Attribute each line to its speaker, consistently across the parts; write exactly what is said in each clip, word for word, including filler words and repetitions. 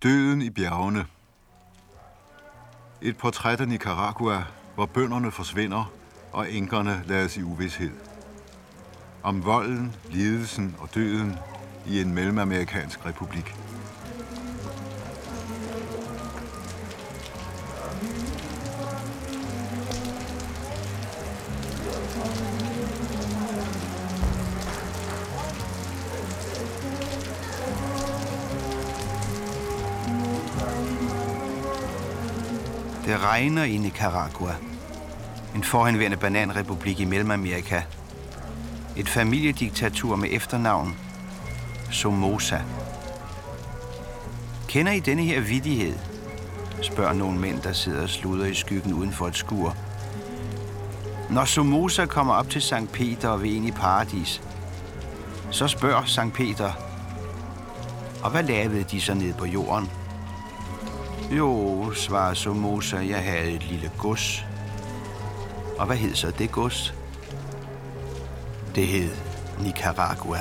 Speaker 1: Døden i bjergene. Et portræt af Nicaragua, hvor bønderne forsvinder og enkerne lades i uvished. Om volden, lidelsen og døden i en mellemamerikansk republik.
Speaker 2: Det regner i Nicaragua, en forhenværende bananrepublik i Mellemamerika. Et familiediktatur med efternavn Somoza. Kender I denne her vittighed? Spørger nogle mænd, der sidder og sluder i skyggen uden for et skur. Når Somoza kommer op til Sankt Peter og vil ind i paradis, så spørger Sankt Peter, og hvad lavede de så ned på jorden? Jo, svarer Somoza, jeg havde et lille gods. Og hvad hed så det gods? Det hed Nicaragua.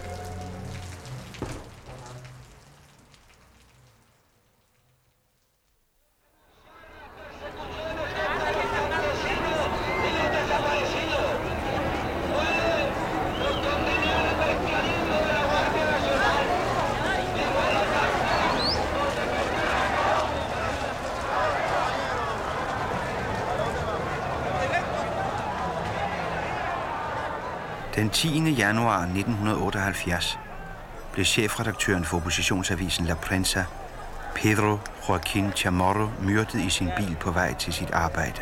Speaker 2: Den tiende januar nitten otteoghalvfjerds blev chefredaktøren for oppositionsavisen La Prensa, Pedro Joaquín Chamorro, myrdet i sin bil på vej til sit arbejde.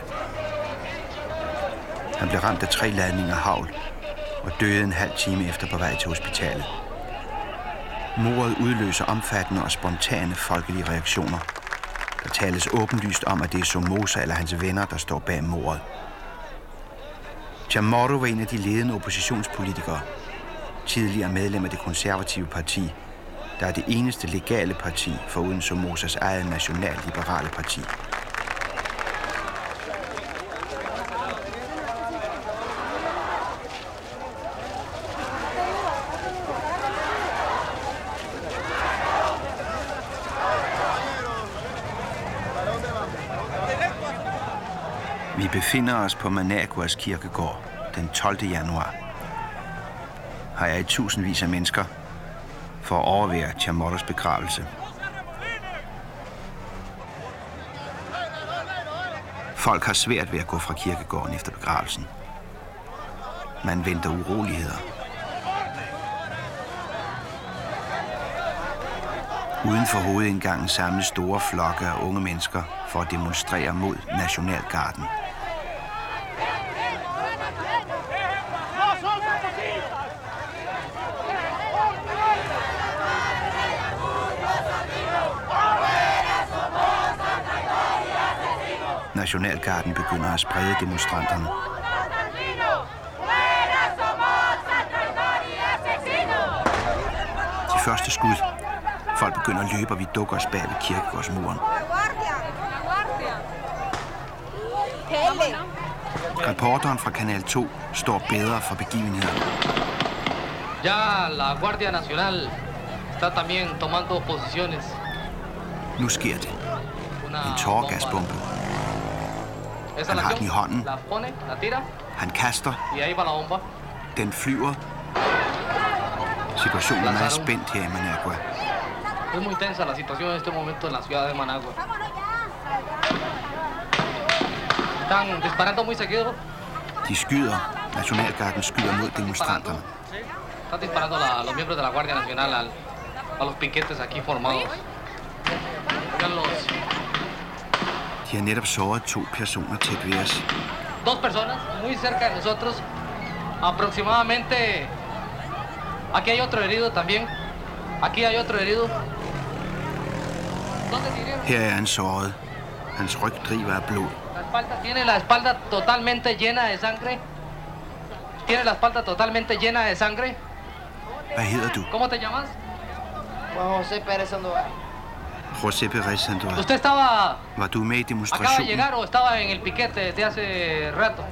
Speaker 2: Han blev ramt af tre ladninger hagl og døde en halv time efter på vej til hospitalet. Mordet udløser omfattende og spontane folkelige reaktioner. Der tales åbenlyst om, at det er Somoza eller hans venner, der står bag mordet. Chamorro var en af de ledende oppositionspolitikere, tidligere medlem af det konservative parti, der er det eneste legale parti foruden Somozas eget nationalliberale parti. Vi befinder os på Managuas kirkegård den tolvte januar. Her er i tusindvis af mennesker for at overvære Chamorros begravelse. Folk har svært ved at gå fra kirkegården efter begravelsen. Man venter uroligheder. Uden for hovedindgangen samles store flokke af unge mennesker for at demonstrere mod Nationalgarden. Nationalgarden begynder at sprede demonstranterne. De første skud. Folk begynder at løbe, og vi dukker os bag ved kirkegårdsmuren. Reporteren fra Kanal to står bedre for begivenheden.
Speaker 3: Ja, la Guardia Nacional está también tomando posiciones.
Speaker 2: Nu sker det. En tåregasbombe. Han har den i hånden. Han kaster. Den flyver. Situationen er meget spændt her i Managua.
Speaker 3: Es muy tensa la situación en este momento en la ciudad de Managua. Están disparando muy seguido.
Speaker 2: De skyder. Nationalgarden skyder mod demonstranterne.
Speaker 3: Están disparando la, los miembros de la Guardia Nacional al, a los piquetes aquí formados. Los...
Speaker 2: De har netop såret to personer tæt ved os.
Speaker 3: Dos personas muy cerca de nosotros. Aproximadamente. Aquí hay otro herido también. Aquí hay otro herido.
Speaker 2: Her er han såret. Hans ryg driver af blod.
Speaker 3: La espalda tiene la espalda totalmente llena de sangre. Tiene la espalda totalmente llena de sangre.
Speaker 2: Hvad hedder du?
Speaker 3: ¿Cómo te llamas?
Speaker 4: Juan José Pérez Sandoval.
Speaker 2: José Pérez Sandoval.
Speaker 3: ¿Usted estaba
Speaker 2: Var du med i
Speaker 3: acaba de
Speaker 2: demonstrationen?
Speaker 3: llegar o estaba en el piquete desde hace rato?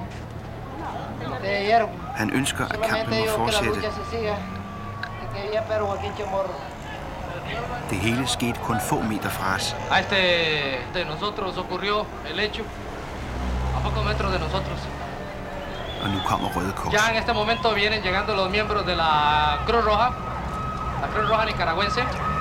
Speaker 4: De ayer.
Speaker 2: Han ønsker, at kampen
Speaker 4: Solamente
Speaker 2: må
Speaker 4: digo que la
Speaker 2: fortsætte.
Speaker 4: lucha se siga. Que quería Pedro Joaquín Chamorro.
Speaker 2: Det hele skete kun få meter fra os.
Speaker 3: A este de nosotros ocurrió el hecho a pocos metros de nosotros.
Speaker 2: Og nu kommer Røde Kors.
Speaker 3: Ya en este momento vienen llegando los miembros de la Cruz Roja, la Cruz Roja nicaragüense.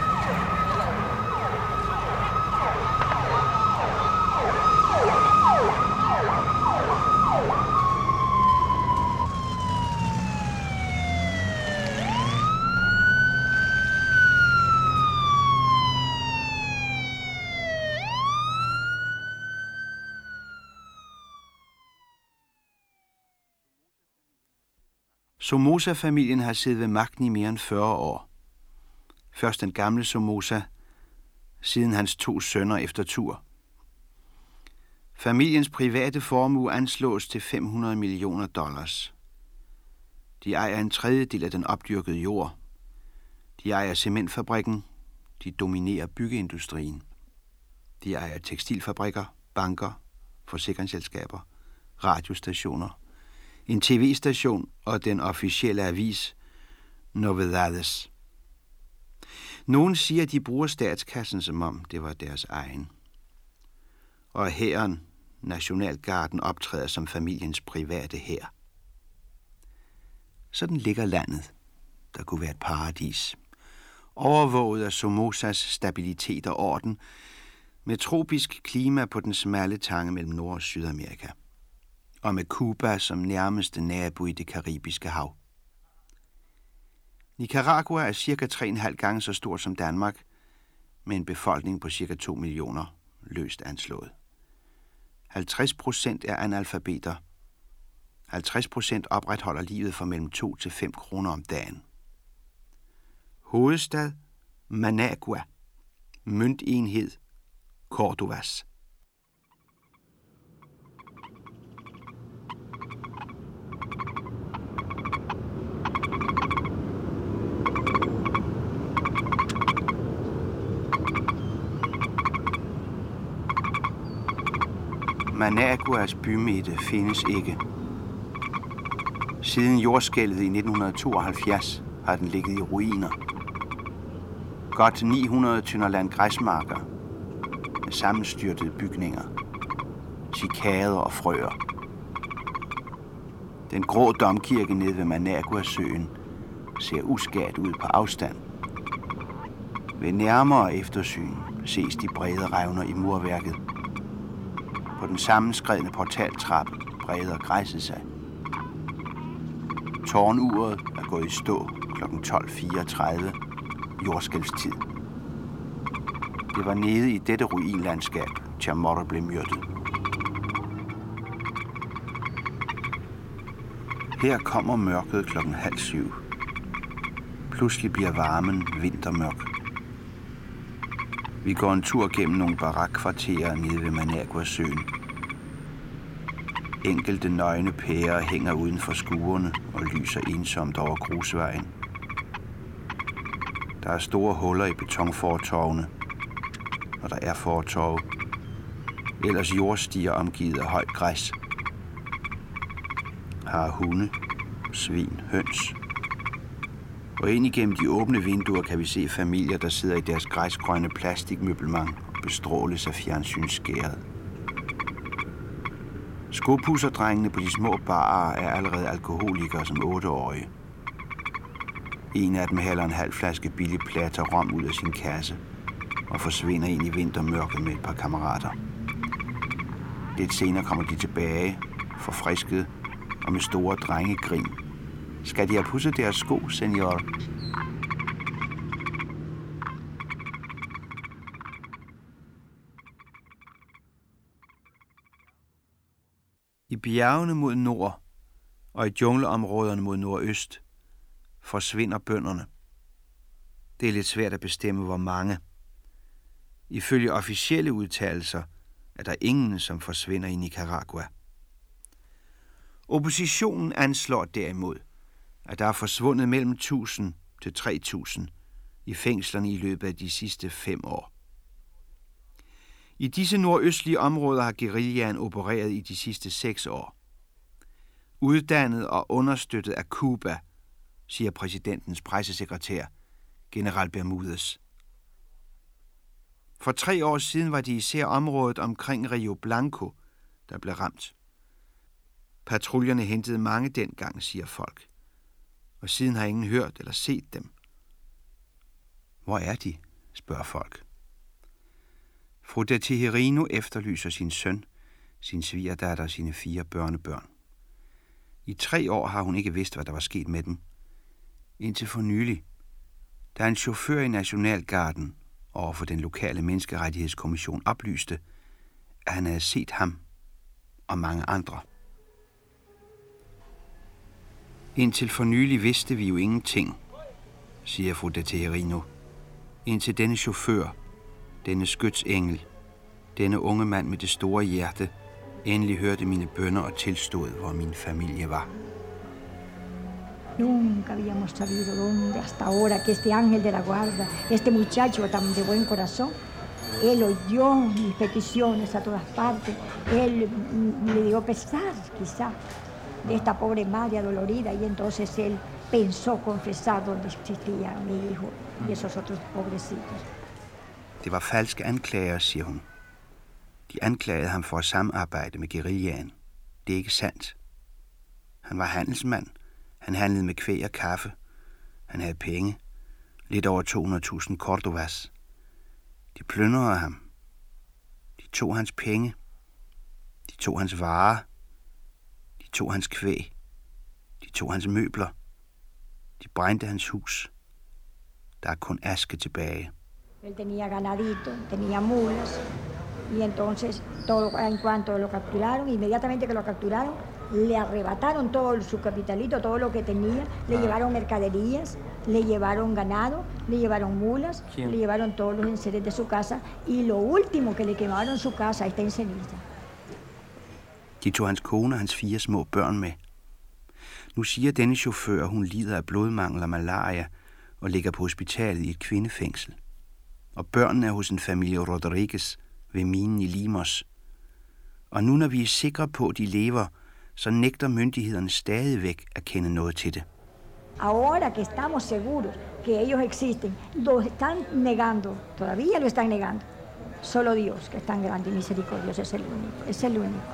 Speaker 2: Somoza-familien har siddet ved magten i mere end fyrre år. Først den gamle Somoza, siden hans to sønner efter tur. Familiens private formue anslås til fem hundrede millioner dollars. De ejer en tredjedel af den opdyrkede jord. De ejer cementfabrikken. De dominerer byggeindustrien. De ejer tekstilfabrikker, banker, forsikringsselskaber, radiostationer, en tv-station og den officielle avis Novedades. Nogen siger, at de bruger statskassen, som om det var deres egen. Og hæren, Nationalgarden, optræder som familiens private hær. Sådan ligger landet, der kunne være et paradis. Overvåget af Somozas stabilitet og orden, med tropisk klima på den smalle tange mellem Nord- og Sydamerika. Og med Cuba som nærmeste nabo i det Karibiske hav. Nicaragua er cirka tre komma fem gange så stort som Danmark, med en befolkning på cirka to millioner, løst anslået. halvtreds procent er analfabeter. halvtreds procent opretholder livet for mellem to til fem kroner om dagen. Hovedstad Managua. Møntenhed Cordovas. Managuas bymidte findes ikke. Siden jordskælvet i nitten tooghalvfjerds har den ligget i ruiner. Godt ni hundrede tønder land græsmarker med sammenstyrtede bygninger, chikader og frøer. Den grå domkirke nede ved Managua-søen ser uskadt ud på afstand. Ved nærmere eftersyn ses de brede revner i murværket. På den sammenskredne portaltrappe breder græsset sig. Tårnuret er gået i stå klokken tolv fireogtredive jordskælvstid. Det var nede i dette ruinlandskab, Chamorro blev myrdet. Her kommer mørket klokken halv syv. Pludselig bliver varmen vintermørk. Vi går en tur gennem nogle barakkvarterer nede ved Managua-søen. Enkelte nøgne pærer hænger uden for skuerne og lyser ensomt over grusvejen. Der er store huller i betonfortovene, og der er fortov. Ellers jordstier omgivet af højt græs. Har hunde, svin, høns. Og ind igennem de åbne vinduer kan vi se familier, der sidder i deres græsgrønne plastikmøbelmang og bestråles af fjernsynsskæret. Skopusserdrengene på de små barer er allerede alkoholikere som otteårige. En af dem hælder en halv flaske billig platter rom ud af sin kasse og forsvinder ind i vintermørket med et par kammerater. Lidt senere kommer de tilbage, forfrisket og med store drengegrin. Skal de have pudset deres sko, senor? I bjergene mod nord og i jungleområderne mod nordøst forsvinder bønderne. Det er lidt svært at bestemme, hvor mange. Ifølge officielle udtalelser er der ingen, som forsvinder i Nicaragua. Oppositionen anslår derimod, at der er forsvundet mellem tusind til tre tusind i fængslerne i løbet af de sidste fem år. I disse nordøstlige områder har guerillaen opereret i de sidste seks år. Uddannet og understøttet af Cuba, siger præsidentens pressesekretær, general Bermudez. For tre år siden var det især området omkring Rio Blanco, der blev ramt. Patruljerne hentede mange dengang, siger folk. Og siden har ingen hørt eller set dem. Hvor er de, spørger folk. Fru de Tejerino efterlyser sin søn, sin svigerdatter og sine fire børnebørn. I tre år har hun ikke vidst, hvad der var sket med dem. Indtil for nylig, da en chauffør i Nationalgarden overfor den lokale menneskerettighedskommission oplyste, at han havde set ham og mange andre. Indtil for nylig vidste vi jo ingenting, siger fru de Tejerino. Indtil denne chauffør, denne skytsengel, denne unge mand med det store hjerte, endelig hørte mine bønner og tilstod, hvor min familie var.
Speaker 5: Nunca habíamos sabido dónde hasta ahora que este ángel de la guarda, este muchacho tan de buen corazón, él oyó mis peticiones a todas partes, él le dio pesar quizá de esta pobre madre adolorida y entonces él pensó confesar dónde existía mi hijo y esos otros pobrecitos.
Speaker 2: Det var falske anklager, siger hun. De anklagede ham for at samarbejde med guerillaen. Det er ikke sandt. Han var handelsmand. Han handlede med kvæg og kaffe. Han havde penge. Lidt over to hundrede tusind cordovas. De plyndrede ham. De tog hans penge. De tog hans varer. De tog hans kvæg. De tog hans møbler. De brændte hans hus. Der er kun aske tilbage.
Speaker 5: Él tenía ganadito, tenía mulas, y entonces todo, en cuanto lo capturaron, inmediatamente que lo capturaron, le arrebataron todo su capitalito, todo lo que tenía, le ah. llevaron mercaderías, le llevaron ganado, le llevaron mulas, ¿Quién? Le llevaron todos los enseres de su casa, y lo último que le quemaron su casa está en ceniza.
Speaker 2: De tog hans kone og hans fire små børn med. Nu siger denne chauffør, at hun lider af blodmangel og malaria og ligger på hospitalet i et kvindefængsel. Og børnene er hos en familie Rodriguez ved minen i Limos. Og nu når vi er sikre på, at de lever, så nægter myndighederne stadigvæk at kende noget til det.
Speaker 5: Ahora que estamos seguros que ellos existen, lo están negando, todavía lo están negando. Solo Dios, que es tan grande y misericordioso, es el único, es el único.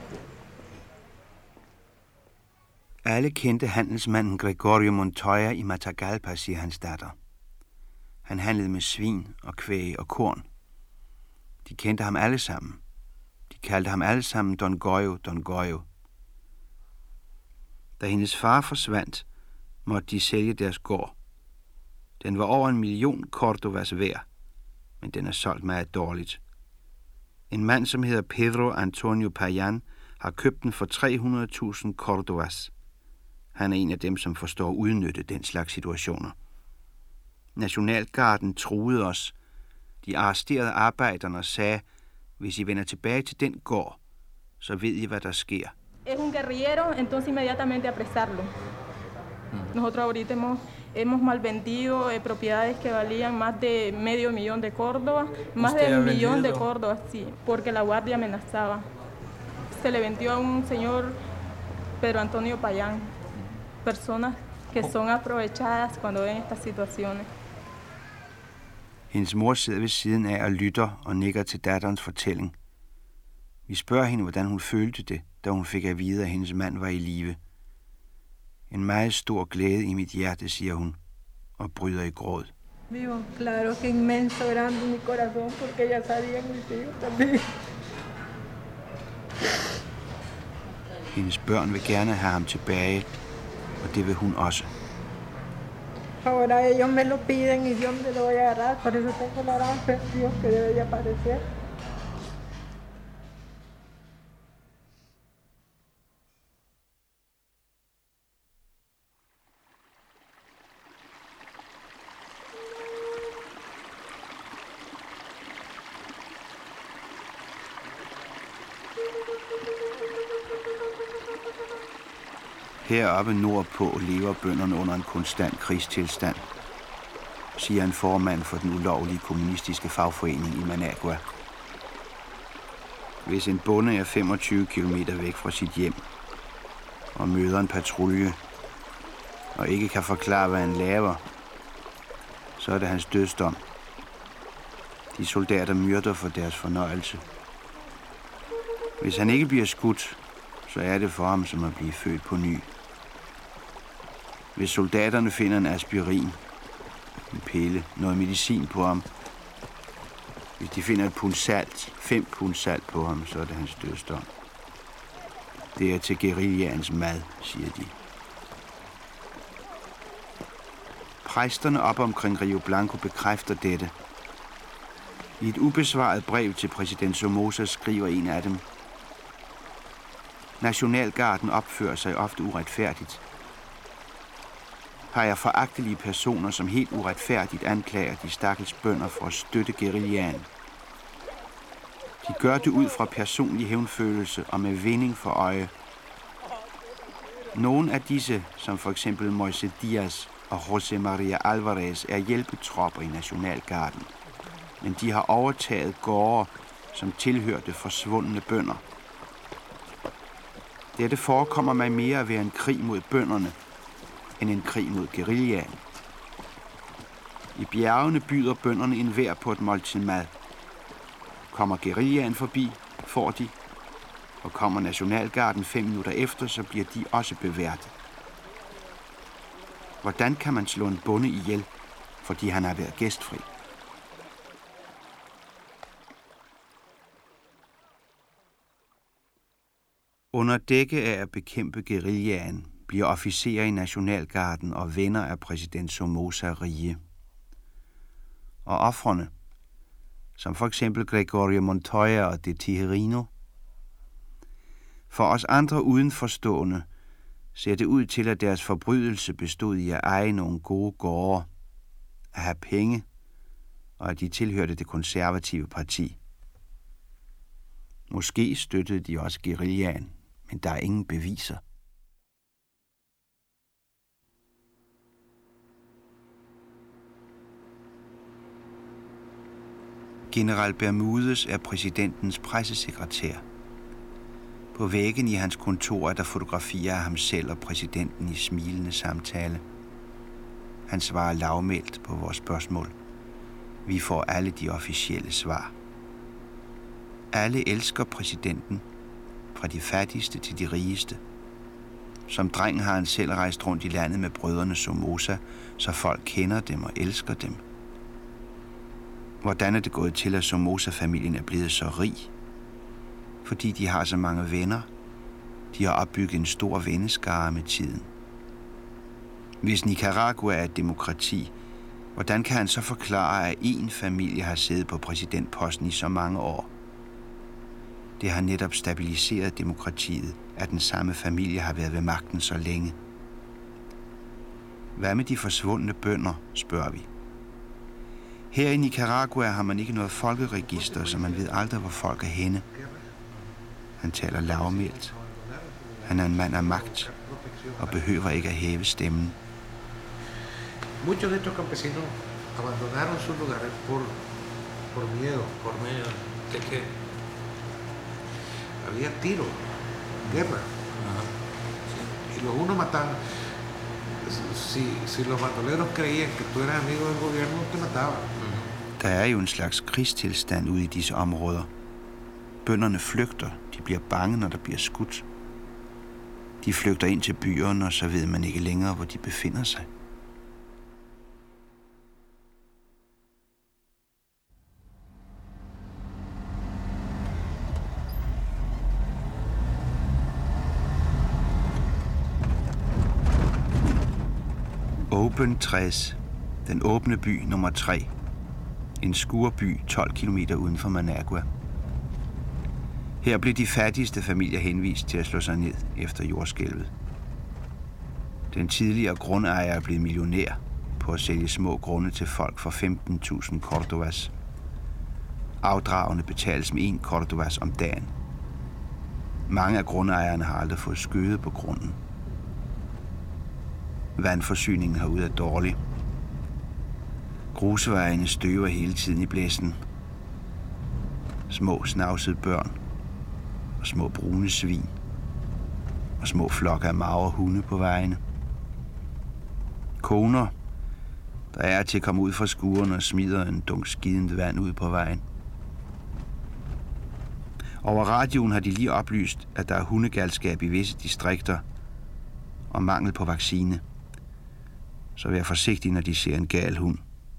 Speaker 2: Alle kendte handelsmanden Gregorio Montoya i Matagalpa, siger hans datter. Han handlede med svin og kvæg og korn. De kendte ham alle sammen. De kaldte ham alle sammen Don Goyo, Don Goyo. Da hendes far forsvandt, måtte de sælge deres gård. Den var over en million cordovas værd, men den er solgt meget dårligt. En mand, som hedder Pedro Antonio Payan, har købt den for tre hundrede tusind cordovas. Han er en af dem, som forstår at udnytte den slags situationer. Nationalgarden truede os. De arresterede arbejderne og sagde, hvis I vender tilbage til den gård, så ved I, hvad der sker.
Speaker 6: Es un guerrillero, entonces inmediatamente apresarlo. Nosotros ahorita hemos, hemos mal vendido eh, propiedades que valían más de medio millón de Córdoba, más de un millón de Córdoba, sí, porque la guardia amenazaba. Se le vendió a un señor Pedro Antonio Payan, personas que son aprovechadas cuando ven estas situaciones.
Speaker 2: Hendes mor sidder ved siden af og lytter og nikker til datterens fortælling. Vi spørger hende, hvordan hun følte det, da hun fik at vide, at hendes mand var i live. En meget stor glæde i mit hjerte, siger hun, og bryder i gråd.
Speaker 7: Vivo, claro que inmenso grande mi corazón, porque ya sabían mis hijos también.
Speaker 2: Hendes børn vil gerne have ham tilbage, og det vil hun også.
Speaker 7: Ahora ellos me lo piden y yo me lo voy a agarrar, por eso tengo la gran fe en Dios que debe de aparecer.
Speaker 2: Heroppe nordpå lever bønderne under en konstant krigstilstand, siger en formand for den ulovlige kommunistiske fagforening i Managua. Hvis en bonde er femogtyve kilometer væk fra sit hjem og møder en patrulje og ikke kan forklare, hvad han laver, så er det hans dødsdom. De soldater myrder for deres fornøjelse. Hvis han ikke bliver skudt, så er det for ham som at blive født på ny. Hvis soldaterne finder en aspirin, en pille, noget medicin på ham, hvis de finder et pund salt, fem pund salt på ham, så er det hans dødsdom. Det er til guerillaens mad, siger de. Præsterne op omkring Rio Blanco bekræfter dette. I et ubesvaret brev til præsident Somoza skriver en af dem: Nationalgarden opfører sig ofte uretfærdigt. Har jeg foragtelige personer, som helt uretfærdigt anklager de stakkels bønder for at støtte guerillaen. De gør det ud fra personlig hævnfølelse og med vinding for øje. Nogle af disse, som for eksempel Moise Diaz og José María Álvarez, er hjælpetropper i Nationalgarden, men de har overtaget gårde, som tilhørte forsvundne bønder. Dette forekommer mig mere at være en krig mod bønderne, end en krig mod guerillaen. I bjergene byder bønderne enhver på et måltid mad. Kommer guerillaen forbi, får de, og kommer Nationalgarden fem minutter efter, så bliver de også beværtet. Hvordan kan man slå en bonde ihjel, fordi han har været gæstfri? Under dække af at bekæmpe guerillaen bliver officerer i Nationalgarden og venner af præsident Somoza rige. Og ofrene, som for eksempel Gregorio Montoya og de Tijerino. For os andre udenforstående ser det ud til, at deres forbrydelse bestod i at eje nogle gode gårde, at have penge, og at de tilhørte det konservative parti. Måske støttede de også guerillaen, men der er ingen beviser. General Bermudez er præsidentens pressesekretær. På væggen i hans kontor er der fotografier af ham selv og præsidenten i smilende samtale. Han svarer lavmælt på vores spørgsmål. Vi får alle de officielle svar. Alle elsker præsidenten, fra de fattigste til de rigeste. Som dreng har han selv rejst rundt i landet med brødrene Somoza, så folk kender dem og elsker dem. Hvordan er det gået til, at Somoza-familien er blevet så rig? Fordi de har så mange venner. De har opbygget en stor venneskare med tiden. Hvis Nicaragua er et demokrati, hvordan kan han så forklare, at én familie har siddet på præsidentposten i så mange år? Det har netop stabiliseret demokratiet, at den samme familie har været ved magten så længe. Hvad med de forsvundne bønder, spørger vi. Her i Nicaragua har man ikke noget folkeregister, så man ved aldrig, hvor folk er henne. Han taler lavmælt. Han er en mand af magt og behøver ikke at hæve stemmen.
Speaker 8: Muchos de estos campesinos abandonaron sus lugares por, por miedo.
Speaker 9: Por miedo de que
Speaker 8: había tiro, guerra.
Speaker 9: Ajá.
Speaker 8: Y los unos mataban. Si, si los bandoleros creían que tú eras amigo del gobierno, te mataban.
Speaker 2: Der er jo en slags krigstilstand ude i disse områder. Bønderne flygter. De bliver bange, når der bliver skudt. De flygter ind til byerne, og så ved man ikke længere, hvor de befinder sig. Open tres, den åbne by nummer tre. En skurby tolv kilometer uden for Managua. Her blev de fattigste familier henvist til at slå sig ned efter jordskælvet. Den tidligere grundejer er blevet millionær på at sælge små grunde til folk for femten tusind cordovas. Afdragene betales med en cordovas om dagen. Mange af grundejerne har aldrig fået skøde på grunden. Vandforsyningen herude er dårlig. Grusvejene støver hele tiden i blæsten. Små snavsede børn og små brune svin og små flokke af magre hunde på vejene. Koner, der er til at komme ud fra skuren og smider en dunk skidende vand ud på vejen. Over radioen har de lige oplyst, at der er hundegalskab i visse distrikter og mangel på vaccine. Så vær forsigtig, når de ser en gal hund.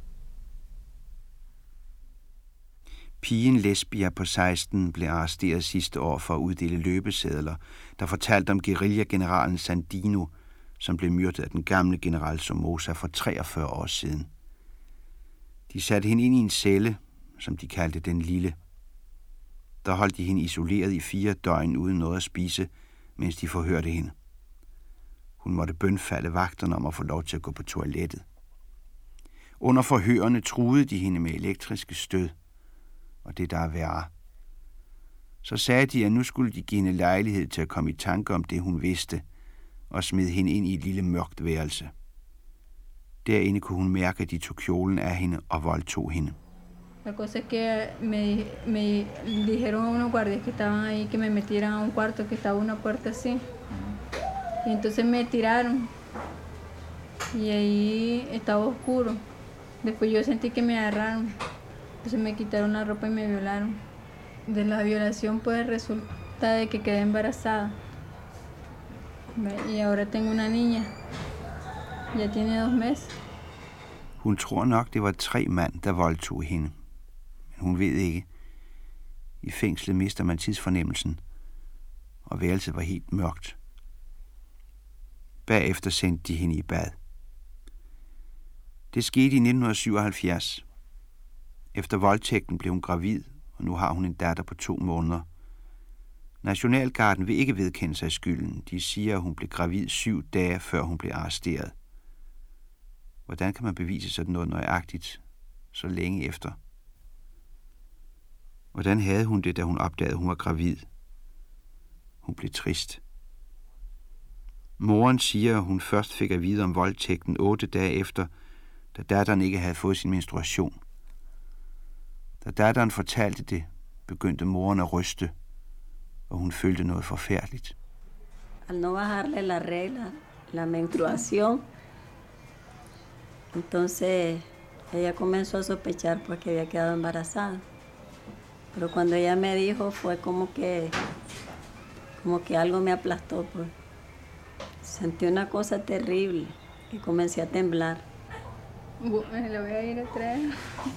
Speaker 2: Pigen Lesbia på seksten blev arresteret sidste år for at uddele løbesedler, der fortalte om guerillageneralen Sandino, som blev myrdet af den gamle general Somoza for treogfyrre år siden. De satte hende ind i en celle, som de kaldte den lille. Der holdt de hende isoleret i fire døgn uden noget at spise, mens de forhørte hende. Hun måtte bønfalde vagterne om at få lov til at gå på toilettet. Under forhørene truede de hende med elektriske stød, og det der er værre. Så sagde de, at nu skulle de give hende lejlighed til at komme i tanke om det, hun vidste, og smed hende ind i et lille mørkt værelse. Derinde kunne hun mærke, at de tog kjolen af hende og voldtog hende.
Speaker 6: La cosa es que me, me dijeron a unos guardias que estaban ahí que me metieran a un cuarto que estaba una puerta así. Y entonces me tiraron y ahí estaba oscuro. Después yo sentí que me agarraron. Entonces me quitaron la ropa y me violaron. De la violación pues resulta de que quedé embarazada. Y ahora tengo una niña. Ya tiene dos meses.
Speaker 2: Hun tror nok, det var tre mand, der voldtog hende. Men hun ved ikke. I fængslet mister man tidsfornemmelsen, og værelset var helt mørkt. Bagefter sendte de hende i bad. Det skete i nitten syvoghalvfjerds. Efter voldtægten blev hun gravid, og nu har hun en datter på to måneder. Nationalgarden vil ikke vedkende sig skylden. De siger, at hun blev gravid syv dage, før hun blev arresteret. Hvordan kan man bevise sådan noget nøjagtigt så længe efter? Hvordan havde hun det, da hun opdagede, at hun var gravid? Hun blev trist. Moren siger, at hun først fik at vide om voldtægten otte dage efter, da datteren ikke havde fået sin menstruation. Da datteren fortalte det, begyndte moren at ryste, og hun følte noget forfærdeligt.
Speaker 9: Al no bajarle la regla, la menstruación, entonces ella comenzó a sospechar porque había quedado embarazada. Pero cuando ella me dijo fue como que como que algo me aplastó, pues. Sentí una cosa terrible y comencé a temblar.
Speaker 6: Me lo voy a ir a traer.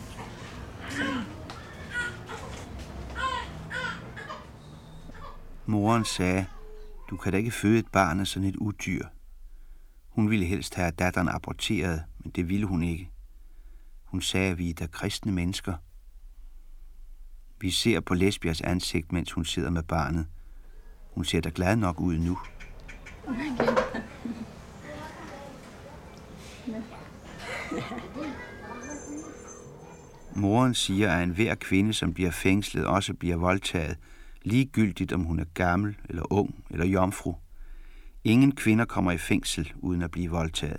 Speaker 2: Moren sagde, du kan da ikke føde et barn af sådan et udyr. Hun ville helst have datteren aborteret, men det ville hun ikke. Hun sagde, at vi er da kristne mennesker. Vi ser på Lesbias ansigt, mens hun sidder med barnet. Hun ser da glad nok ud nu. Moren siger, at enhver kvinde, som bliver fængslet, også bliver voldtaget, ligegyldigt om hun er gammel eller ung eller jomfru. Ingen kvinder kommer i fængsel uden at blive voldtaget.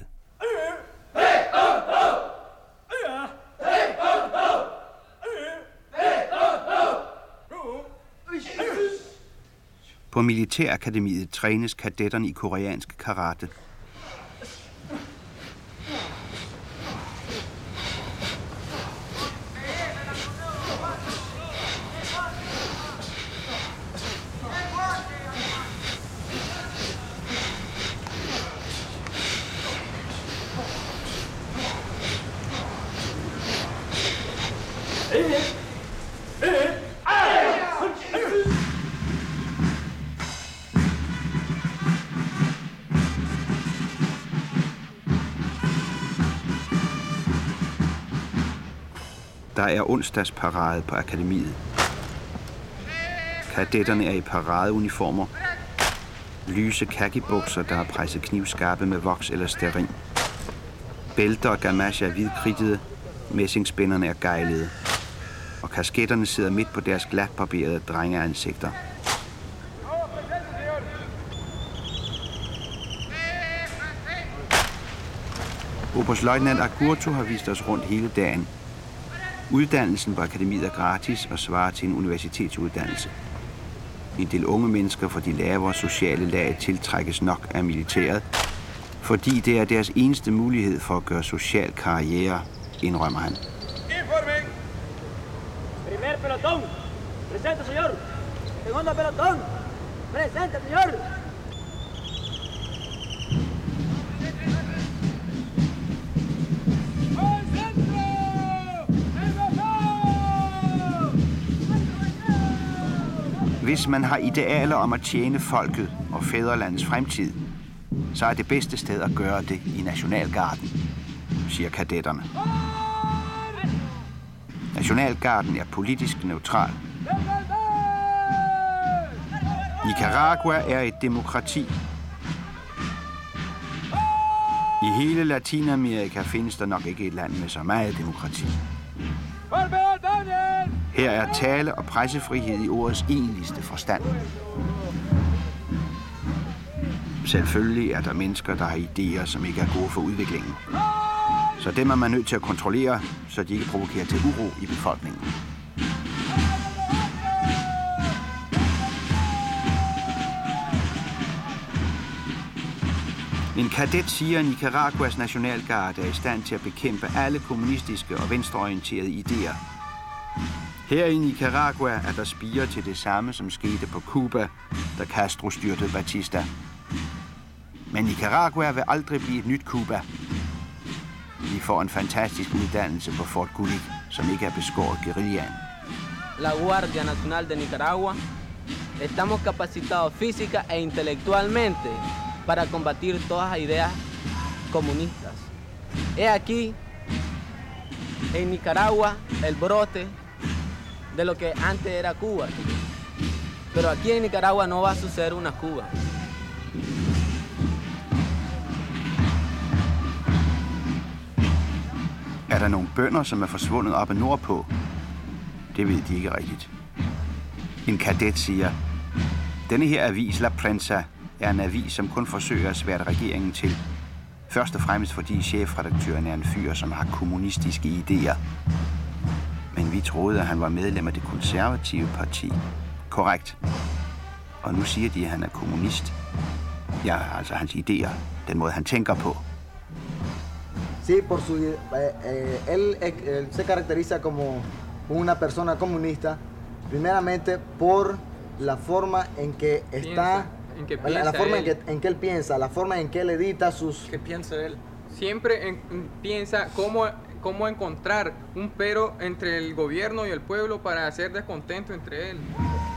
Speaker 2: På militærakademiet trænes kadetterne i koreansk karate. Der er onsdagsparade på akademiet. Kadetterne er i paradeuniformer. Lyse khakibukser, der er presset knivskarpe med voks eller stearin. Bælter og gamasjer er hvidkridtede. Messingspænderne er gejlede. Og kasketterne sidder midt på deres glatbarberede drengeansigter. Oberstløjtnant Agurto har vist os rundt hele dagen. Uddannelsen på akademiet er gratis og svarer til en universitetsuddannelse. En del unge mennesker fra de lavere sociale lag tiltrækkes nok af militæret, Fordi det er deres eneste mulighed for at gøre social karriere, indrømmer han.
Speaker 10: Informing! Primer pelotón, presente, señor. Segundo pelotón, presente, señor.
Speaker 2: Hvis man har idealer om at tjene folket og fædrelandets fremtid, så er det bedste sted at gøre det i Nationalgarden, siger kadetterne. Nationalgarden er politisk neutral. Nicaragua er et demokrati. I hele Latinamerika findes der nok ikke et land med så meget demokrati. Her er tale- og pressefrihed i ordets egentligste forstand. Selvfølgelig er der mennesker, der har idéer, som ikke er gode for udviklingen. Så dem er man nødt til at kontrollere, så de ikke provokerer til uro i befolkningen. En kadet siger, at Nicaraguas nationalgarde er i stand til at bekæmpe alle kommunistiske og venstreorienterede idéer. Her i Nicaragua er der spirer til det samme, som skete på Cuba, da Castro styrtede Batista. Men Nicaragua vil aldrig blive et nyt Cuba. Vi får en fantastisk uddannelse på Fort Gulig, som ikke er beskåret guerillaen.
Speaker 11: La Guardia Nacional de Nicaragua estamos capacitados física e intelectualmente para combatir todas las ideas comunistas. He aquí en Nicaragua el brote de lo que antes era Cuba. Pero aquí en Nicaragua no va a suceder una Cuba.
Speaker 2: Er der nogle bønder, som er forsvundet op ad nordpå? Det ved de ikke rigtigt. En kadet siger, denne her avis, La Prensa, er en avis, som kun forsøger at sværte regeringen til. Først og fremmest fordi chefredaktøren er en fyr, som har kommunistiske idéer. Men vi troede, at han var medlem af det konservative parti. Korrekt. Og nu siger de, at han er kommunist. Ja, altså hans idéer. Den måde, han tænker på.
Speaker 12: Sí, por su, eh, eh, él, él se caracteriza como una persona comunista, primeramente por la forma en que está,
Speaker 13: en que
Speaker 12: la, la forma en que, en que él piensa, la forma en que él edita sus...
Speaker 13: ¿Qué piensa él? Siempre en, piensa cómo, cómo encontrar un pero entre el gobierno y el pueblo para hacer descontento entre él.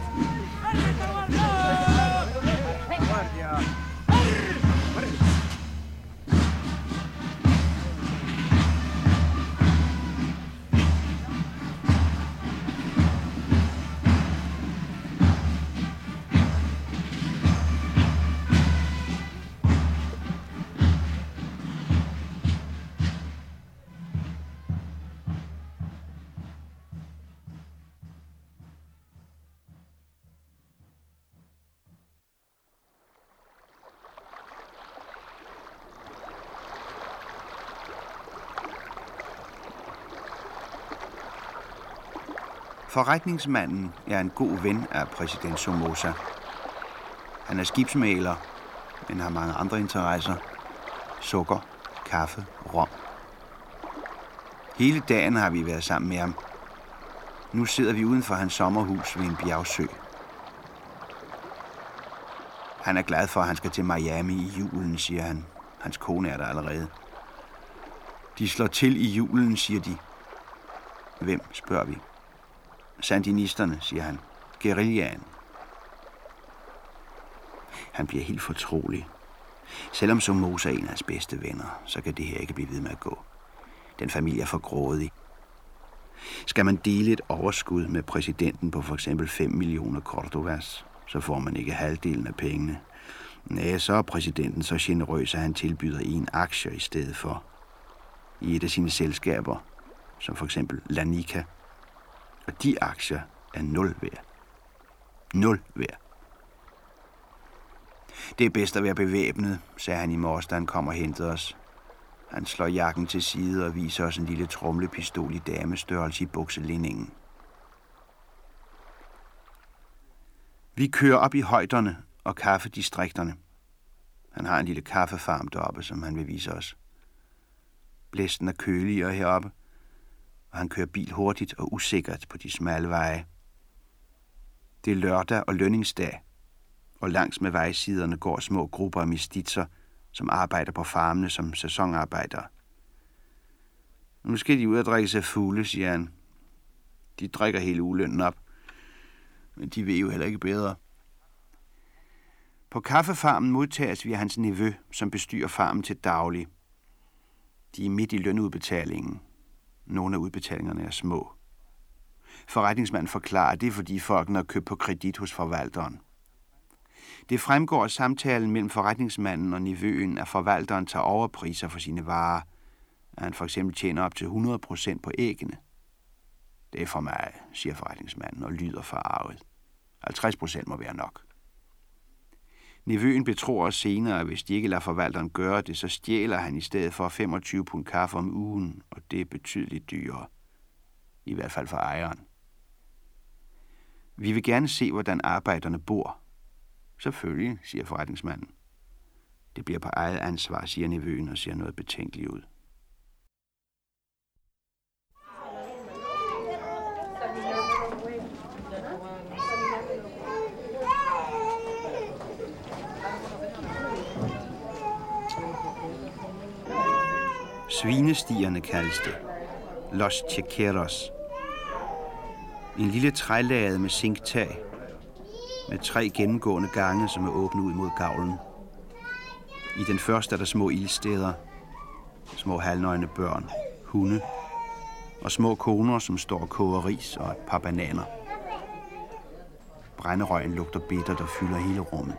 Speaker 2: Forretningsmanden er en god ven af præsident Somoza. Han er skibsmægler, men har mange andre interesser. Sukker, kaffe, rom. Hele dagen har vi været sammen med ham. Nu sidder vi uden for hans sommerhus ved en bjergsø. Han er glad for, at han skal til Miami i julen, siger han. Hans kone er der allerede. De slår til i julen, siger de. Hvem, spørger vi. Sandinisterne, siger han. Guerillaen. Han bliver helt fortrolig. Selvom Somoza er en af hans bedste venner, så kan det her ikke blive ved med at gå. Den familie er for grådig. Skal man dele et overskud med præsidenten på for eksempel fem millioner Cordovas, så får man ikke halvdelen af pengene. Nej, så er præsidenten så generøs, at han tilbyder en aktier i stedet for. I et af sine selskaber, som for eksempel La Nica. Og de aktier er nul værd. Nul værd. Det er bedst at være bevæbnet, sagde han i morges, da han kom og hentede os. Han slår jakken til side og viser os en lille tromlepistol i damestørrelse i bukselinningen. Vi kører op i højderne og kaffedistrikterne. Han har en lille kaffefarm deroppe, som han vil vise os. Blæsten er køligere heroppe, og han kører bil hurtigt og usikkert på de smalle veje. Det er lørdag og lønningsdag, og langs med vejsiderne går små grupper af mestitser, som arbejder på farmene som sæsonarbejdere. Nu skal de ud og drikke sig fugle, siger han. De drikker hele ulønnen op, men de ved jo heller ikke bedre. På kaffefarmen modtages vi af hans nevø, som bestyrer farmen til daglig. De er midt i lønudbetalingen. Nogle af udbetalingerne er små. Forretningsmanden forklarer, at det er fordi folkene har købt på kredit hos forvalteren. Det fremgår af samtalen mellem forretningsmanden og nevøen, at forvalteren tager overpriser for sine varer, at han for eksempel tjener op til hundrede procent på æggene. Det er for mig, siger forretningsmanden og lyder forarvet. halvtreds procent må være nok. Nevøen betror os senere, at hvis de ikke lader forvalteren gøre det, så stjæler han i stedet for femogtyve pund kaffe om ugen, og det er betydeligt dyrere. I hvert fald for ejeren. Vi vil gerne se, hvordan arbejderne bor. Selvfølgelig, siger forretningsmanden. Det bliver på eget ansvar, siger nevøen og ser noget betænkeligt ud. Svinestierne kaldes det. Los Chequeros. En lille trælade med zinktag, med tre gennemgående gange, som er åbne ud mod gavlen. I den første er der små ildsteder, små halvnøgne børn, hunde og små koner, som står og koger ris og et par bananer. Brænderøgen lugter bitter, der fylder hele rummet.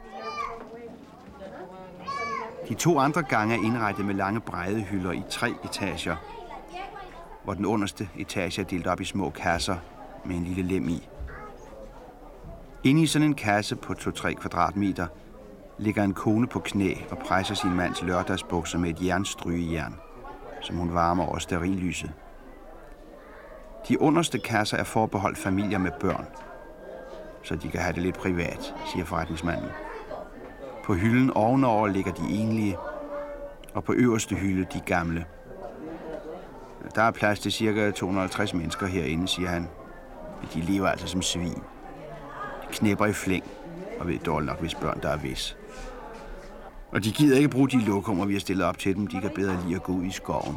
Speaker 2: De to andre gange er indrettet med lange bræddehylder i tre etager, hvor den underste etage er delt op i små kasser med en lille lem i. Inde i sådan en kasse på to til tre kvadratmeter ligger en kone på knæ og presser sin mands lørdagsbukser med et jernstrygejern, som hun varmer over stearinlyset. De underste kasser er forbeholdt familier med børn, så de kan have det lidt privat, siger forretningsmanden. På hylden ovenover ligger de enlige, og på øverste hylde de gamle. Der er plads til ca. to hundrede og halvtreds mennesker herinde, siger han. Men de lever altså som svin. De knæpper i flæng, og ved dårligt nok, hvis børn der er vis. Og de gider ikke bruge de lokummer, vi har stillet op til dem. De kan bedre lide at gå ud i skoven.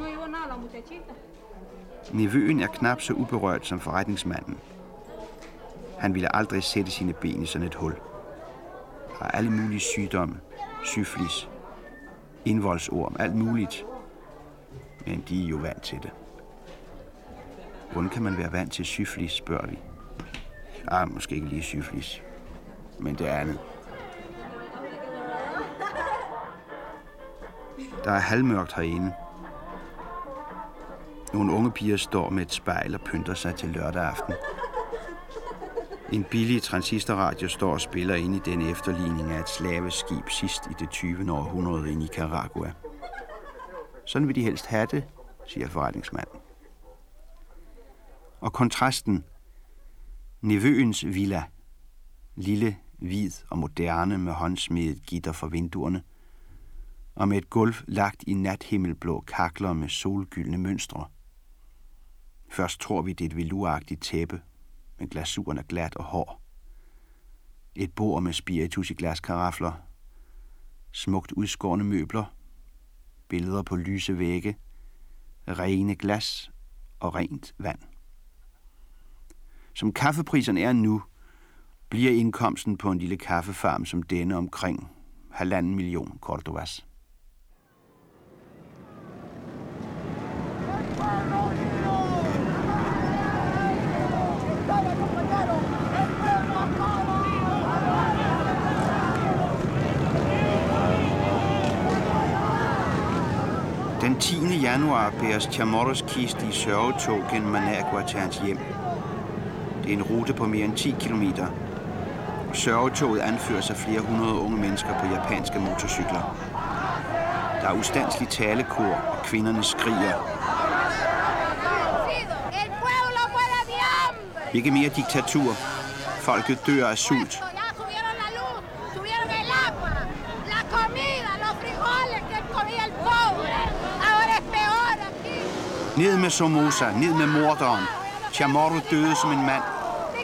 Speaker 2: Nevøen er knap så uberørt som forretningsmanden. Han ville aldrig sætte sine ben i sådan et hul. Har alle mulige sygdomme, syfilis, indvoldsorm, alt muligt. Men de er jo vant til det. Hvordan kan man være vant til syfilis, spørger vi. Ah, måske ikke lige syfilis, men det er andet. Der er halvmørkt herinde. Nogle unge piger står med et spejl og pynter sig til lørdag aften. En billig transistorradio står og spiller ind i den efterligning af et slaveskib sidst i det tyvende århundrede i Nicaragua. Sådan vil de helst have det, siger forretningsmanden. Og kontrasten, nevøens villa, lille, hvid og moderne med håndsmedet gitter for vinduerne, og med et gulv lagt i nathimmelblå kakler med solgyldne mønstre. Først tror vi, det er et veluragtigt tæppe, men glasuren er glat og hård. Et bord med spiritus i glaskarafler, smukt udskårne møbler, billeder på lyse vægge, rene glas og rent vand. Som kaffepriserne er nu, bliver indkomsten på en lille kaffefarm som denne omkring halvanden million Cordobas. Den tiende januar bæres Chamorros kiste i sørgetog gennem Managua til hans hjem. Det er en rute på mere end ti kilometer. Sørgetoget anføres af flere hundrede unge mennesker på japanske motorcykler. Der er ustandslig talekor, og kvinderne skriger. Ikke mere diktatur. Folket dør af sult. Ned med Somoza, ned med morderen. Chamorro døde som en mand.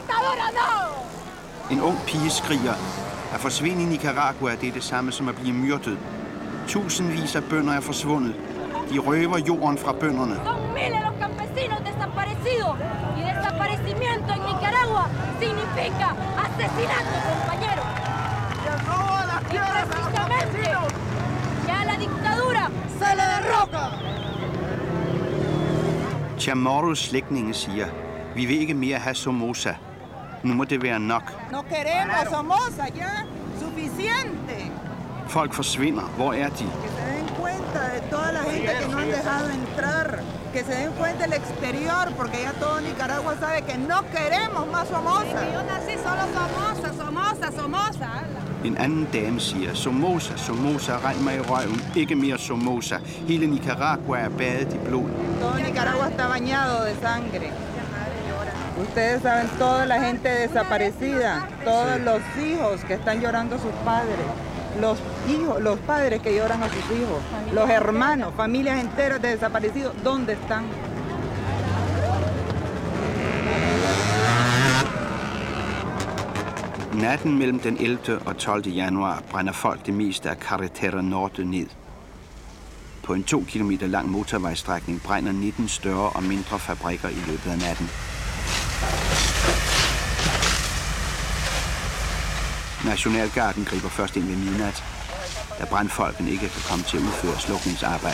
Speaker 2: En ung pige skriger. At forsvinde i Nicaragua, det er det samme som at blive myrdet. Tusindvis af bønder er forsvundet. De røver jorden fra bønderne.
Speaker 14: Son miles los campesinos desaparecidos. Y desaparecimiento en Nicaragua significa asesinato, compañero. Y precisamente ya la dictadura se le derroca.
Speaker 2: Chamorros slægtninge siger, vi vil ikke mere have Somoza. Nu må det være nok.
Speaker 15: No queremos Somoza, ya. Suficiente.
Speaker 2: Folk forsvinder. Hvor er de?
Speaker 15: Que se den cuenta de toda la gente que no han dejado entrar. Que se den cuenta del exterior, porque ya todo Nicaragua sabe que no queremos más Somoza.
Speaker 14: Yo nací solo Somoza, Somoza, Somoza.
Speaker 2: En anden dame siger, Somoza, Somoza, rend mig i røven. Ikke mere Somoza. Hele Nicaragua er badet i blod.
Speaker 15: Todo Nicaragua está bañado de sangre. Ustedes saben toda la gente desaparecida, todos los hijos que están llorando a sus padres, los hijos, los padres que lloran a sus hijos, los hermanos, familias enteras de desaparecidos, ¿dónde están?
Speaker 2: Natten mellem den ellevte og tolvte januar brænder folk det meste af Carretera Norte ned. På en to kilometer lang motorvejsstrækning brænder nitten større og mindre fabrikker i løbet af natten. Nationalgarden griber først ind ved midnat, da brandfolkene ikke kan komme til at udføre slukningsarbejde.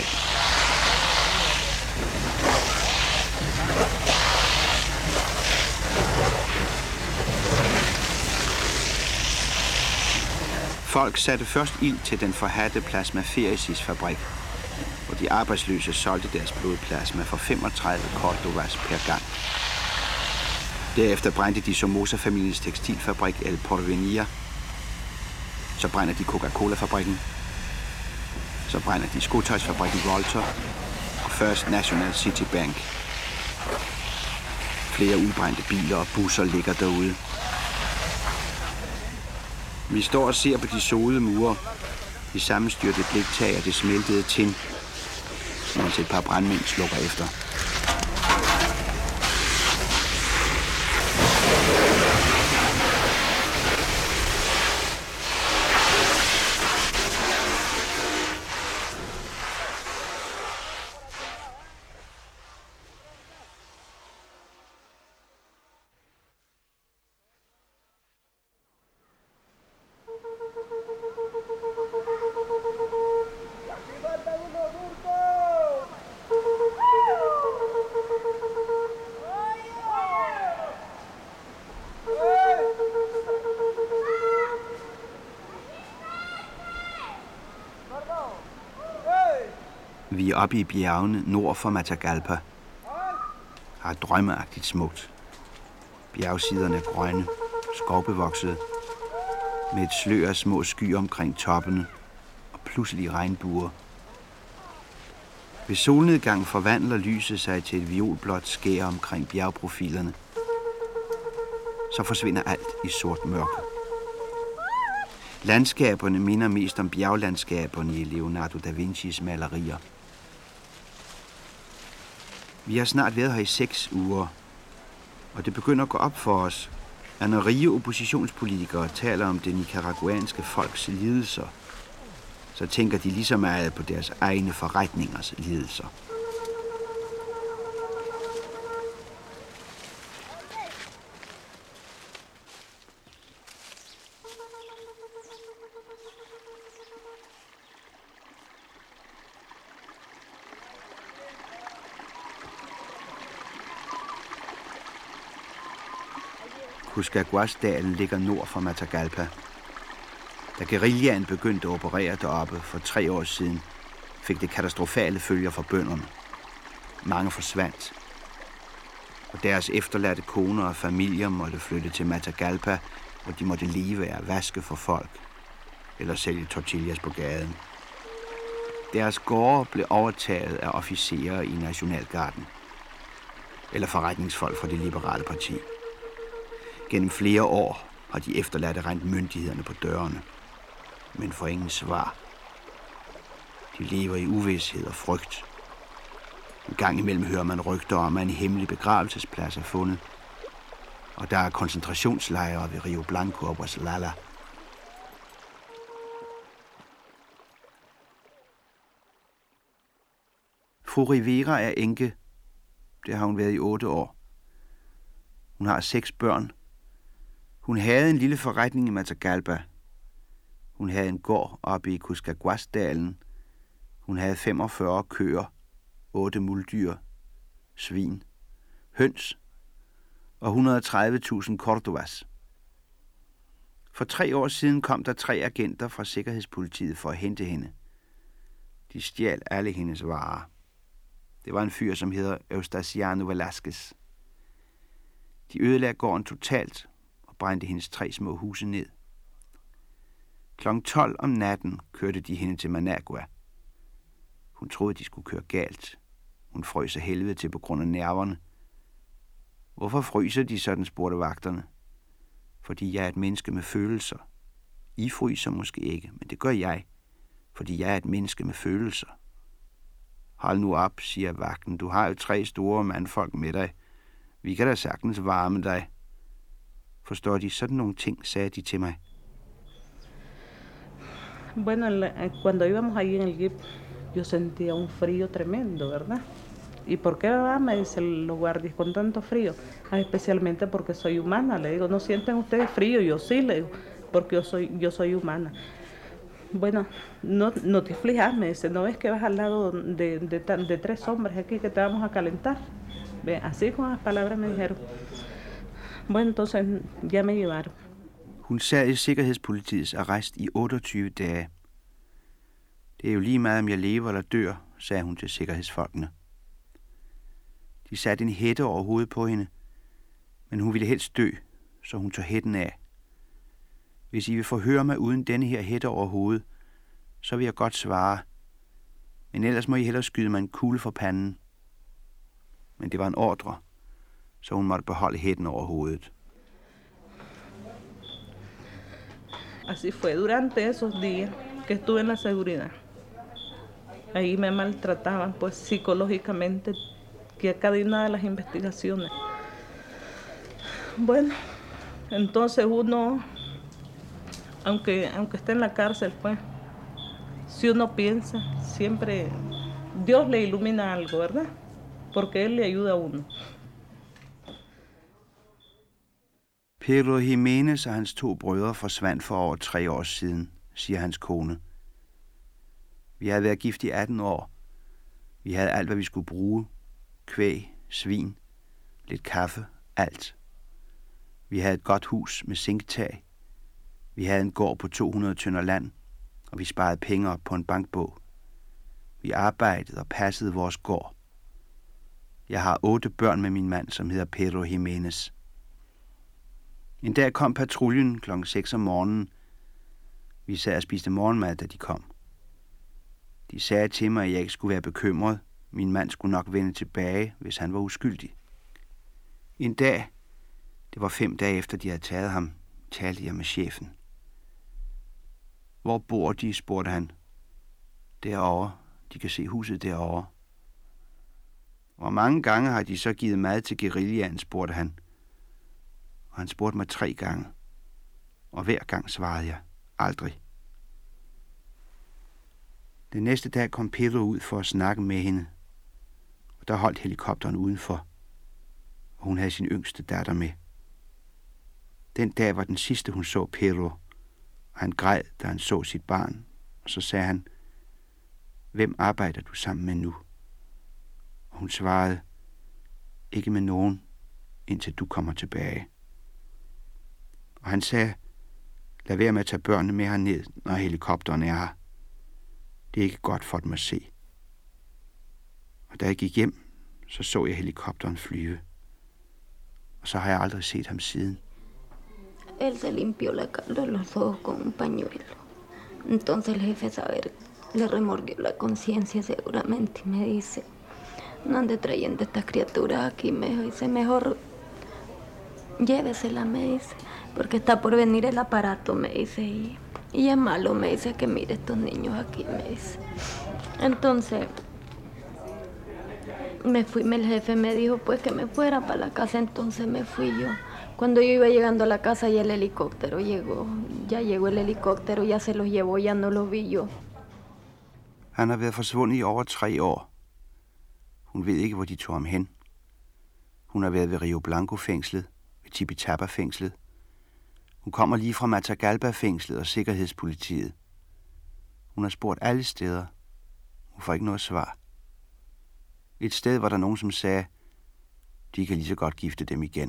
Speaker 2: Folk satte først ild til den forhadte Plasma Fericis-fabrik, hvor de arbejdsløse solgte deres blodplasma for femogtredive cordovas per gang. Derefter brændte de Somoza-familiens tekstilfabrik El Porvenir. Så brænder de Coca-Cola-fabrikken. Så brænder de skotøjsfabrikken Volta. Og først National City Bank. Flere udbrændte biler og busser ligger derude. Vi står og ser på de sodede mure. De sammenstyrte bliktag og det smeltede tin, mens et par brandmænd slukker efter. Vi er oppe i bjergene nord for Matagalpa. Har et drømmeagtigt smukt. Bjergsiderne er grønne, skovbevoksede, med et slør af små skyer omkring toppene og pludselig regnbuer. Ved solnedgang forvandler lyset sig til et violblåt skær omkring bjergprofilerne. Så forsvinder alt i sort mørke. Landskaberne minder mest om bjerglandskaberne i Leonardo da Vincis malerier. Vi har snart været her i seks uger, og det begynder at gå op for os, at når rige oppositionspolitikere taler om det nicaraguanske folks lidelser, så tænker de lige så meget på deres egne forretningers lidelser. Cuscaguasdalen ligger nord for Matagalpa. Da guerillaen begyndte at operere deroppe for tre år siden, fik det katastrofale følger for bønderne. Mange forsvandt, og deres efterladte koner og familier måtte flytte til Matagalpa, hvor de måtte leve af at vaske for folk eller sælge tortillas på gaden. Deres gårde blev overtaget af officerer i Nationalgarden eller forretningsfolk fra det liberale parti. Gennem flere år har de efterladte rent myndighederne på dørene, men får ingen svar. De lever i uvished og frygt. En gang imellem hører man rygter om, at en hemmelig begravelsesplads er fundet. Og der er koncentrationslejre ved Rio Blanco og Guaslala. Fru Rivera er enke. Det har hun været i otte år. Hun har seks børn. Hun havde en lille forretning i Matagalpa. Hun havde en gård oppe i Cuscaguasdalen. Hun havde femogfyrre køer, otte muldyr, svin, høns og et hundrede og tredive tusind cordovas. For tre år siden kom der tre agenter fra Sikkerhedspolitiet for at hente hende. De stjal alle hendes varer. Det var en fyr, som hedder Eustasiano Velasquez. De ødelagde gården totalt og brændte hendes tre små huse ned. klokken tolv om natten kørte de hende til Managua. Hun troede, de skulle køre galt. Hun frøs af helvede til på grund af nerverne. Hvorfor fryser de sådan, spurgte vagterne. Fordi jeg er et menneske med følelser. I fryser måske ikke, men det gør jeg, fordi jeg er et menneske med følelser. Hold nu op, siger vagten. Du har jo tre store mandfolk med dig. Vi kan da sagtens varme dig. Forstår de sådan nogle ting, sagde de til mig.
Speaker 16: Bueno, cuando íbamos ahí en el jeep, yo sentía un frío tremendo, ¿verdad? ¿Y por qué va? Me dicen los guardias con tanto frío. Ah, especialmente porque soy humana. Le digo, ¿no sienten ustedes frío? Yo sí, le digo, porque yo soy, yo soy humana. Bueno, no, no te aflijas, me dice, ¿no ves que vas al lado de, de, de, de tres hombres aquí que te vamos a calentar? Ve, así con las palabras me dijeron. Bueno, entonces ya me llevaron.
Speaker 2: Hun sad i Sikkerhedspolitiets arrest i otteogtyve dage. Det er jo lige meget, om jeg lever eller dør, sagde hun til sikkerhedsfolkene. De satte en hætte over hovedet på hende, men hun ville helst dø, så hun tog hætten af. Hvis I vil forhøre mig uden denne her hætte over hovedet, så vil jeg godt svare. Men ellers må I hellere skyde mig en kugle for panden. Men det var en ordre, så hun måtte beholde hætten over hovedet.
Speaker 16: Así fue durante esos días que estuve en la seguridad. Ahí me maltrataban pues psicológicamente, que a cada una de las investigaciones. Bueno, entonces uno, aunque, aunque esté en la cárcel, pues, si uno piensa, siempre Dios le ilumina algo, ¿verdad? Porque Él le ayuda a uno.
Speaker 2: Pedro Jiménez og hans to brødre forsvandt for over tre år siden, siger hans kone. Vi havde været gift i atten år. Vi havde alt, hvad vi skulle bruge. Kvæg, svin, lidt kaffe, alt. Vi havde et godt hus med zinktag. Vi havde en gård på to hundrede tønder land, og vi sparede penge op på en bankbog. Vi arbejdede og passede vores gård. Jeg har otte børn med min mand, som hedder Pedro Jiménez. En dag kom patruljen klokken seks om morgenen. Vi sad og spiste morgenmad, da de kom. De sagde til mig, at jeg ikke skulle være bekymret. Min mand skulle nok vende tilbage, hvis han var uskyldig. En dag, det var fem dage efter de havde taget ham, talte jeg med chefen. Hvor bor de, spurgte han. Derovre. De kan se huset derovre. Hvor mange gange har de så givet mad til guerillaen, spurgte han. Og han spurgte mig tre gange. Og hver gang svarede jeg, aldrig. Den næste dag kom Pedro ud for at snakke med hende. Og der holdt helikopteren udenfor. Og hun havde sin yngste datter med. Den dag var den sidste, hun så Pedro. Og han græd, da han så sit barn. Og så sagde han, hvem arbejder du sammen med nu? Og hun svarede, ikke med nogen, indtil du kommer tilbage. Og han sagde, lad være med at tage børnene med herned, når helikopteren er her. Det er ikke godt for dem at se. Og da jeg gik hjem, så så jeg helikopteren flyve. Og så har jeg aldrig set ham siden.
Speaker 17: Él se limpió la cara los ojos con un pañuelo. Entonces el jefe saber le remordió la conciencia seguramente y me dice, no ande trayendo estas criaturas aquí, me dice, mejor llévesela, me dice, porque está por venir el aparato, me dice, y, y es malo, me dice, que mire estos niños aquí, me dice. Entonces me fui, el jefe me dijo pues que me fuera para la casa, entonces me fui yo. Cuando yo iba llegando a la casa ya el helicóptero llegó, ya llegó el helikopter, ya se los llevó, ya no los vi yo.
Speaker 2: Han har været forsvundet i over tre år. Hun ved ikke, hvor de tog ham hen. Hun har været ved Rio Blanco-fængslet, ved Tipitapa-fængslet. Hun kommer lige fra Matagalpa-fængslet og Sikkerhedspolitiet. Hun har spurgt alle steder. Hun får ikke noget svar. Et sted var der nogen, som sagde, de kan lige så godt gifte dem igen.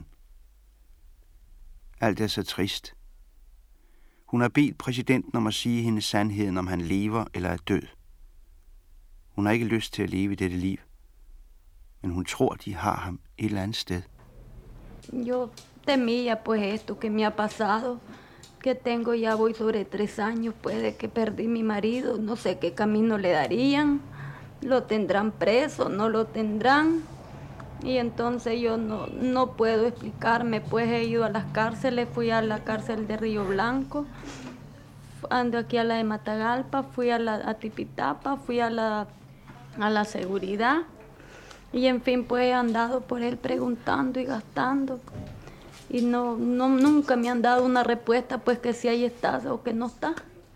Speaker 2: Alt er så trist. Hun har bedt præsidenten om at sige hende sandheden, om han lever eller er død. Hun har ikke lyst til at leve i dette liv, men hun tror, de har ham et eller andet sted.
Speaker 17: Yo temía pues esto que me ha pasado, que tengo ya voy sobre tres años pues de que perdí mi marido, no sé qué camino le darían, lo tendrán preso, no lo tendrán. Y entonces yo no, no puedo explicarme, pues he ido a las cárceles, fui a la cárcel de Río Blanco, ando aquí a la de Matagalpa, fui a la a Tipitapa, fui a la, a la seguridad y en fin pues he andado por él preguntando y gastando y no, no, nunca me han dado una respuesta pues que si ahí está o que no está.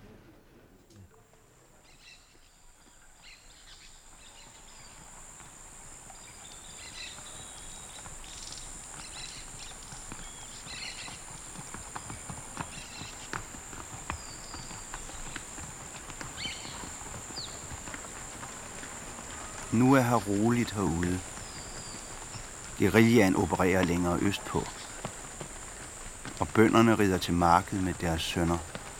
Speaker 2: Nu er her roligt herude. Guerillaen opererer længere østpå. Og bønderne rider til markedet med deres sønner.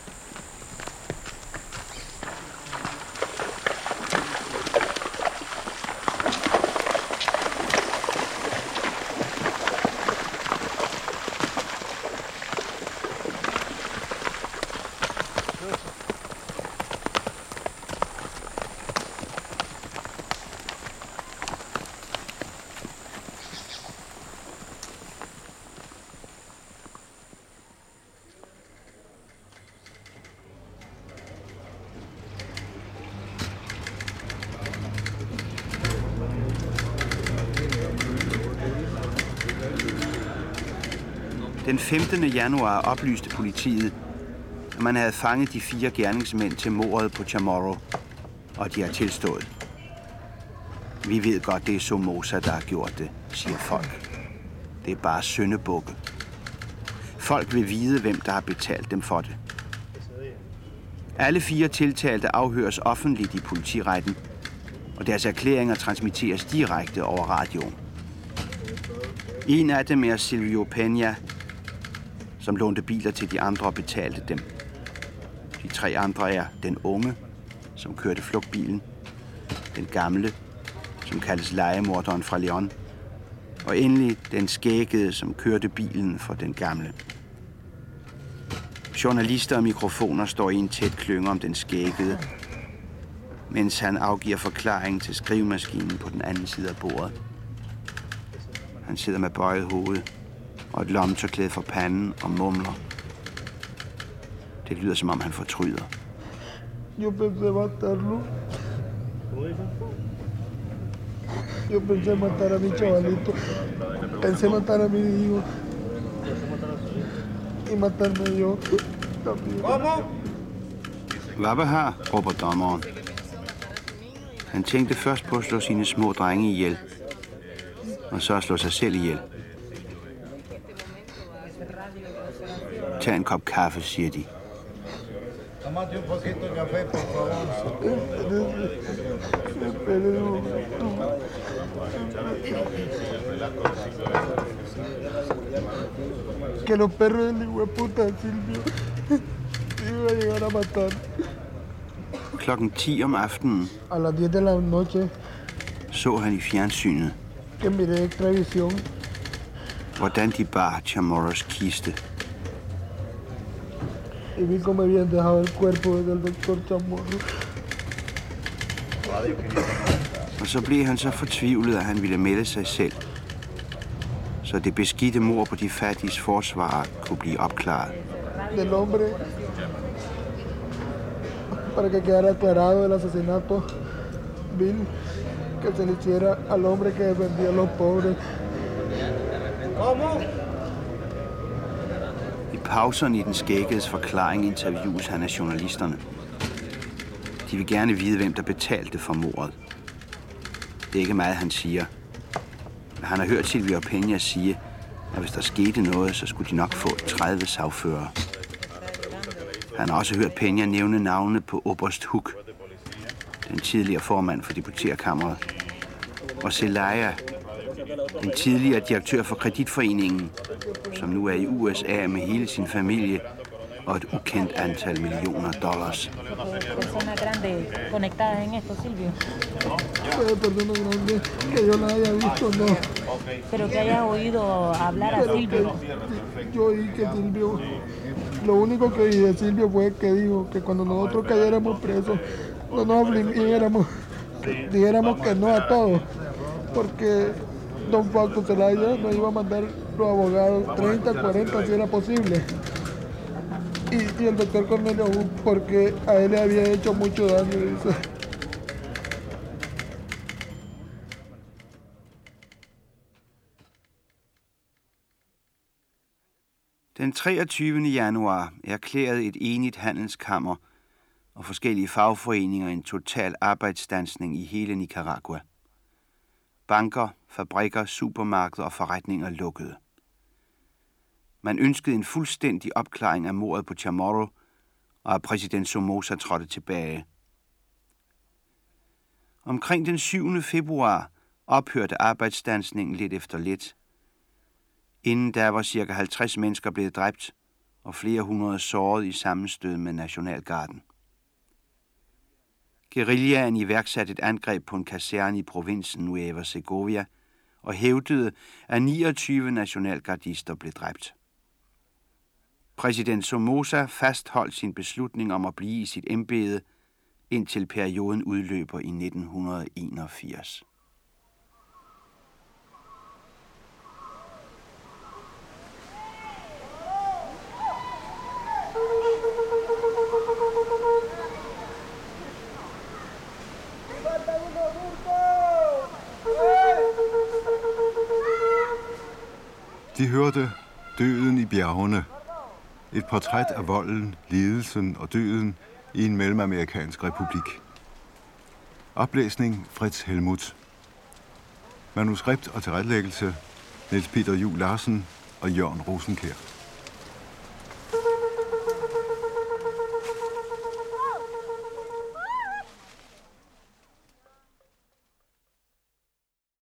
Speaker 2: Den femtende januar oplyste politiet, at man havde fanget de fire gerningsmænd til mordet på Chamorro, og de har tilstået. Vi ved godt, det er Somoza, der har gjort det, siger folk. Det er bare syndebukke. Folk vil vide, hvem der har betalt dem for det. Alle fire tiltalte afhøres offentligt i politiretten, og deres erklæringer transmitteres direkte over radioen. En af dem er Silvio Peña, som lånte biler til de andre og betalte dem. De tre andre er den unge, som kørte flugtbilen, den gamle, som kaldes lejemorderen fra Leon, og endelig den skæggede, som kørte bilen for den gamle. Journalister og mikrofoner står i en tæt klynge om den skæggede, mens han afgiver forklaring til skrivemaskinen på den anden side af bordet. Han sidder med bøjet hoved og et lommetørklæde for panden og mumler. Det lyder, som om han fortryder.
Speaker 18: Yo pensé matarlo. Yo pensé matar a mi chavalito. Pensé matar a mi hijo. Y matarme yo también.
Speaker 2: Wabaha, råber dommeren. Han tænkte først på at slå sine små drenge ihjel, og så at slå sig selv ihjel. Tag en kop kaffe, siger de.
Speaker 18: Tomate un poquito de café, por favor. Que los perros del hijo de puta, Silvio, iban a llegar a matar.
Speaker 2: Klokken ti om aftenen
Speaker 18: A las diez de la noche,
Speaker 2: så han i fjernsynet,
Speaker 18: que miré Extravision,
Speaker 2: hvordan de bar Chamorros kiste.
Speaker 18: y vi cómo habían dejado el cuerpo del doctor Chamorro.
Speaker 2: Og så blev han så fortvivlet, at han ville melde sig selv, så det beskidte mord på de fattiges forsvarer kunne blive opklaret.
Speaker 18: Del hombre, para que quedara aclarado el asesinato vil que se le hiciera al hombre que defendía a los pobres.
Speaker 2: I pauserne i den skæggedes forklaring interviews han af journalisterne. De vil gerne vide, hvem der betalte for mordet. Det er ikke meget, han siger. Men han har hørt Silvio Peña sige, at hvis der skete noget, så skulle de nok få tredive sagførere. Han har også hørt Peña nævne navnene på Oberst Huck, den tidligere formand for deputerkammeret, og Zelaya, den tidligere direktør for Kreditforeningen, som nu er i U S A med hele sin familie og et ukendt antal millioner dollars.
Speaker 19: Personas grandes conectadas en esto, Silvio.
Speaker 18: Personas grandes que yo la haya visto, no.
Speaker 19: Pero que hayas oído hablar a Silvio.
Speaker 18: Yo oí que Silvio, lo único que oí de Silvio fue que dijo que cuando nosotros cayéramos presos, no nos afligiéramos, dijéramos que no a todo, porque don Fausto Zelaya nos iba a mandar los abogados treinta, cuarenta si era posible. Y, y el doctor Cornelio Huck, porque a él le había hecho mucho daño. Dice.
Speaker 2: Den treogtyvende januar erklærede et enigt handelskammer og forskellige fagforeninger en total arbejdsstandsning i hele Nicaragua. Banker, fabrikker, supermarkeder og forretninger lukkede. Man ønskede en fuldstændig opklaring af mordet på Chamorro, og at præsident Somoza trådte tilbage. Omkring den syvende februar ophørte arbejdsstandsningen lidt efter lidt. Inden da var cirka halvtreds mennesker blevet dræbt, og flere hundrede såret i sammenstød med Nationalgarden. Guerillaen iværksatte et angreb på en kaserne i provinsen Nueva Segovia og hævdede, at niogtyve nationalgardister blev dræbt. Præsident Somoza fastholdt sin beslutning om at blive i sit embede, indtil perioden udløber i nitten enogfirs.
Speaker 1: De hørte Døden i bjergene. Et portræt af volden, lidelsen og døden i en mellemamerikansk republik. Oplæsning Fritz Helmuth. Manuskript og tilrettelæggelse Niels Peter Juel Larsen og Jørgen Rosenkjær.